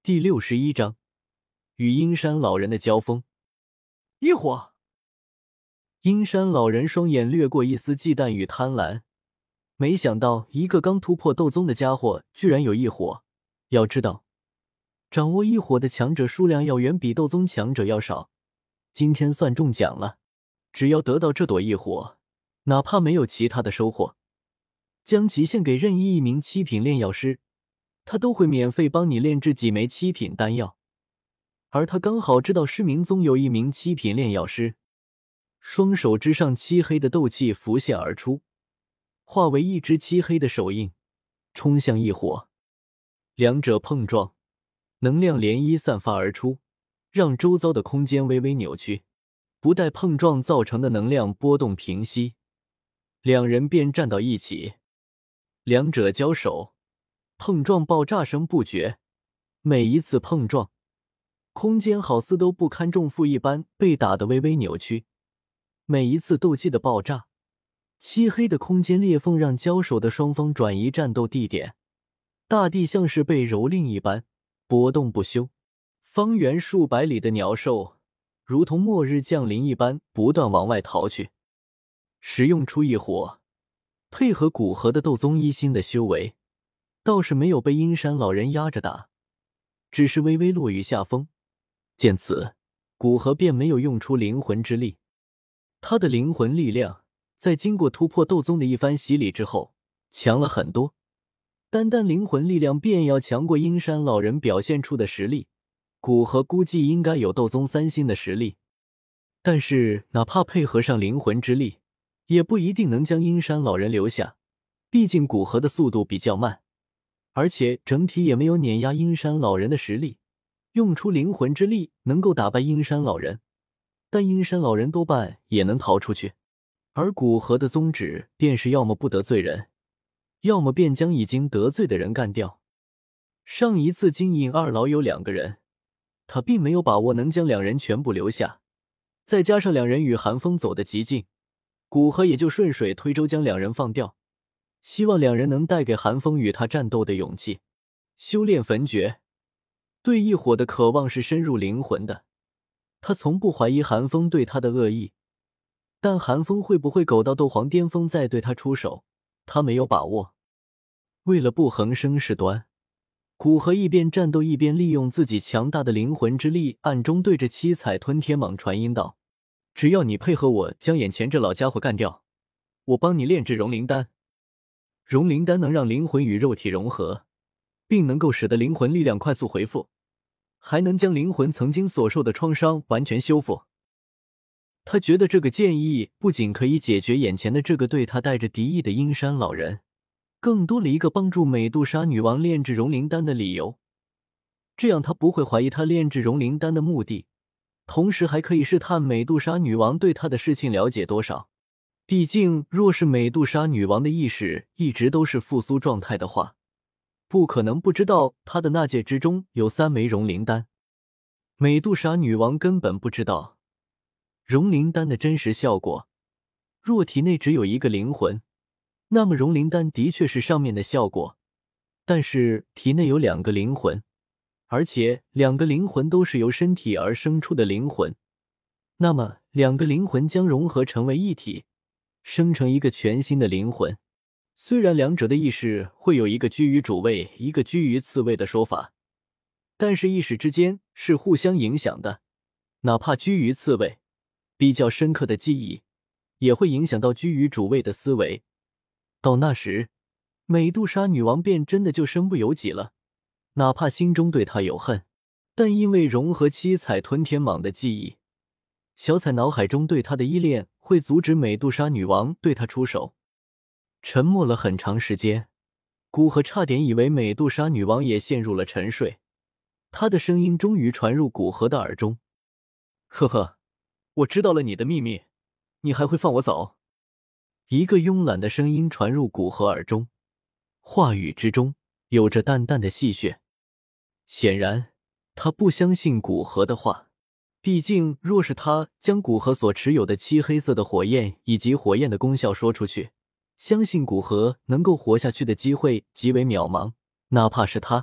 第61章与阴山老人的交锋。 异火！ 阴山老人双眼掠过一丝忌惮与贪婪，没想到一个刚突破斗宗的家伙居然有异火。要知道，掌握异火的强者数量要远比斗宗强者要少。今天算中奖了，只要得到这朵异火，哪怕没有其他的收获，将其献给任意一名七品炼药师，他都会免费帮你炼制几枚七品丹药。而他刚好知道狮明宗有一名七品炼药师，双手之上漆黑的斗气浮现而出，化为一只漆黑的手印，冲向异火。两者碰撞，能量涟漪散发而出，让周遭的空间微微扭曲，不待碰撞造成的能量波动平息，两人便站到一起。两者交手，碰撞爆炸声不绝，每一次碰撞，空间好似都不堪重负一般被打得微微扭曲。每一次斗气的爆炸，漆黑的空间裂缝让交手的双方转移战斗地点，大地像是被蹂躏一般波动不休，方圆数百里的鸟兽如同末日降临一般不断往外逃去。使用出异火，配合古河的斗宗一星的修为，倒是没有被阴山老人压着打，只是微微落于下风。见此，古河便没有用出灵魂之力。他的灵魂力量在经过突破斗宗的一番洗礼之后强了很多，单单灵魂力量便要强过阴山老人表现出的实力，古河估计应该有斗宗3星的实力。但是哪怕配合上灵魂之力，也不一定能将阴山老人留下，毕竟古河的速度比较慢，而且整体也没有碾压阴山老人的实力。用出灵魂之力能够打败阴山老人，但阴山老人多半也能逃出去。而古河的宗旨便是要么不得罪人，要么便将已经得罪的人干掉。上一次金隐二老有2个人，他并没有把握能将2人全部留下，再加上2人与寒风走得极近，古河也就顺水推舟将2人放掉，希望2人能带给寒风与他战斗的勇气。修炼焚诀，对异火的渴望是深入灵魂的，他从不怀疑寒风对他的恶意，但寒风会不会苟到斗皇巅峰再对他出手，他没有把握。为了不横生事端，古河一边战斗一边利用自己强大的灵魂之力，暗中对着七彩吞天蟒传音道：只要你配合我将眼前这老家伙干掉，我帮你炼制融灵丹。融灵丹能让灵魂与肉体融合，并能够使得灵魂力量快速回复，还能将灵魂曾经所受的创伤完全修复。他觉得这个建议不仅可以解决眼前的这个对他带着敌意的阴山老人，更多了一个帮助美杜莎女王炼制融灵丹的理由。这样他不会怀疑他炼制融灵丹的目的，同时还可以试探美杜莎女王对他的事情了解多少。毕竟若是美杜莎女王的意识一直都是复苏状态的话，不可能不知道她的纳戒之中有3枚融灵丹。美杜莎女王根本不知道融灵丹的真实效果，若体内只有一个灵魂，那么融灵丹的确是上面的效果，但是体内有2个灵魂，而且2个灵魂都是由身体而生出的灵魂，那么2个灵魂将融合成为一体，生成一个全新的灵魂。虽然2者的意识会有一个居于主位，一个居于次位的说法，但是意识之间是互相影响的，哪怕居于次位，比较深刻的记忆也会影响到居于主位的思维。到那时，美杜莎女王便真的就身不由己了，哪怕心中对她有恨，但因为融合七彩吞天蟒的记忆，小彩脑海中对她的依恋会阻止美杜莎女王对她出手。沉默了很长时间，古河差点以为美杜莎女王也陷入了沉睡，她的声音终于传入古河的耳中：呵呵，我知道了你的秘密，你还会放我走？一个慵懒的声音传入古河耳中，话语之中有着淡淡的戏谑。显然他不相信古河的话，毕竟若是他将古河所持有的漆黑色的火焰以及火焰的功效说出去，相信古河能够活下去的机会极为渺茫，哪怕是他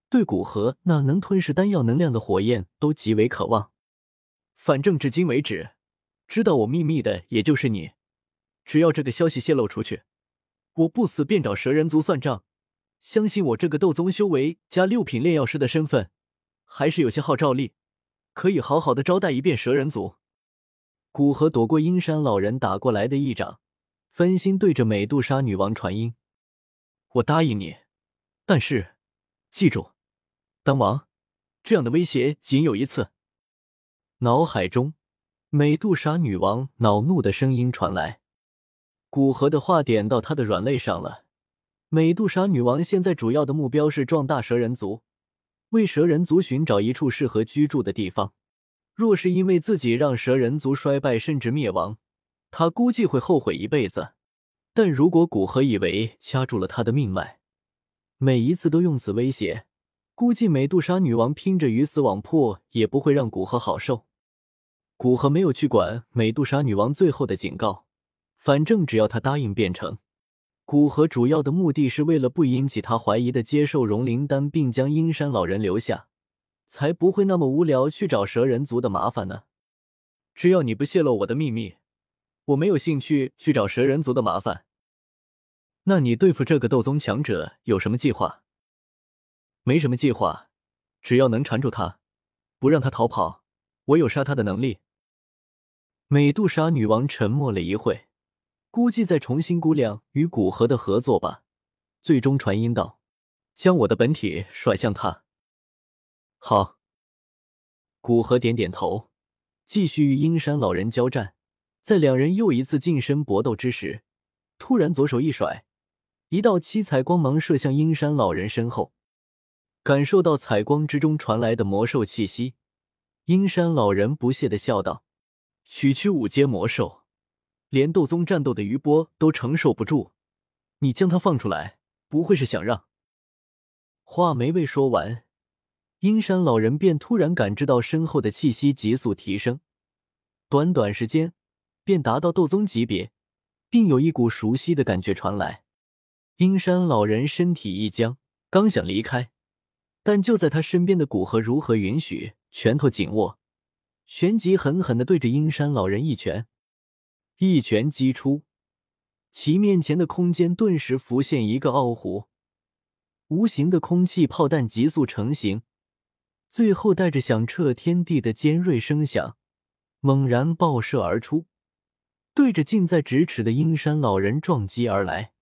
对古河那能吞噬丹药能量的火焰都极为渴望。反正至今为止，知道我秘密的也就是你。只要这个消息泄露出去，我不死便找蛇人族算账。相信我这个斗宗修为加6品炼药师的身份，还是有些号召力，可以好好的招待一遍蛇人族。古河躲过阴山老人打过来的一掌，分心对着美杜莎女王传音：我答应你，但是记住，当王这样的威胁仅有一次。脑海中美杜莎女王恼怒的声音传来。古河的话点到他的软肋上了。美杜莎女王现在主要的目标是壮大蛇人族，为蛇人族寻找一处适合居住的地方。若是因为自己让蛇人族衰败甚至灭亡，他估计会后悔一辈子。但如果古河以为掐住了他的命脉，每一次都用此威胁，估计美杜莎女王拼着鱼死网破也不会让古河好受。古河没有去管美杜莎女王最后的警告，反正只要她答应便成。古河主要的目的是为了不引起他怀疑的接受融灵丹并将阴山老人留下，才不会那么无聊去找蛇人族的麻烦呢。只要你不泄露我的秘密，我没有兴趣去找蛇人族的麻烦。那你对付这个斗宗强者有什么计划？没什么计划，只要能缠住他，不让他逃跑，我有杀他的能力。美杜莎女王沉默了一会，估计在重新估量与古河的合作吧，最终传音道：将我的本体甩向他。好。古河点点头，继续与阴山老人交战。在两人又一次近身搏斗之时，突然左手一甩，一道七彩光芒射向阴山老人身后。感受到彩光之中传来的魔兽气息，阴山老人不屑地笑道：区区5阶魔兽，连斗宗战斗的余波都承受不住，你将它放出来，不会是想让……话没未说完，阴山老人便突然感知到身后的气息急速提升，短短时间便达到斗宗级别，并有一股熟悉的感觉传来。阴山老人身体一僵，刚想离开，但就在他身边的古河如何允许，拳头紧握，旋即狠狠地对着阴山老人一拳。一拳击出，其面前的空间顿时浮现一个凹弧，无形的空气炮弹急速成型，最后带着响彻天地的尖锐声响，猛然爆射而出，对着近在咫尺的阴山老人撞击而来。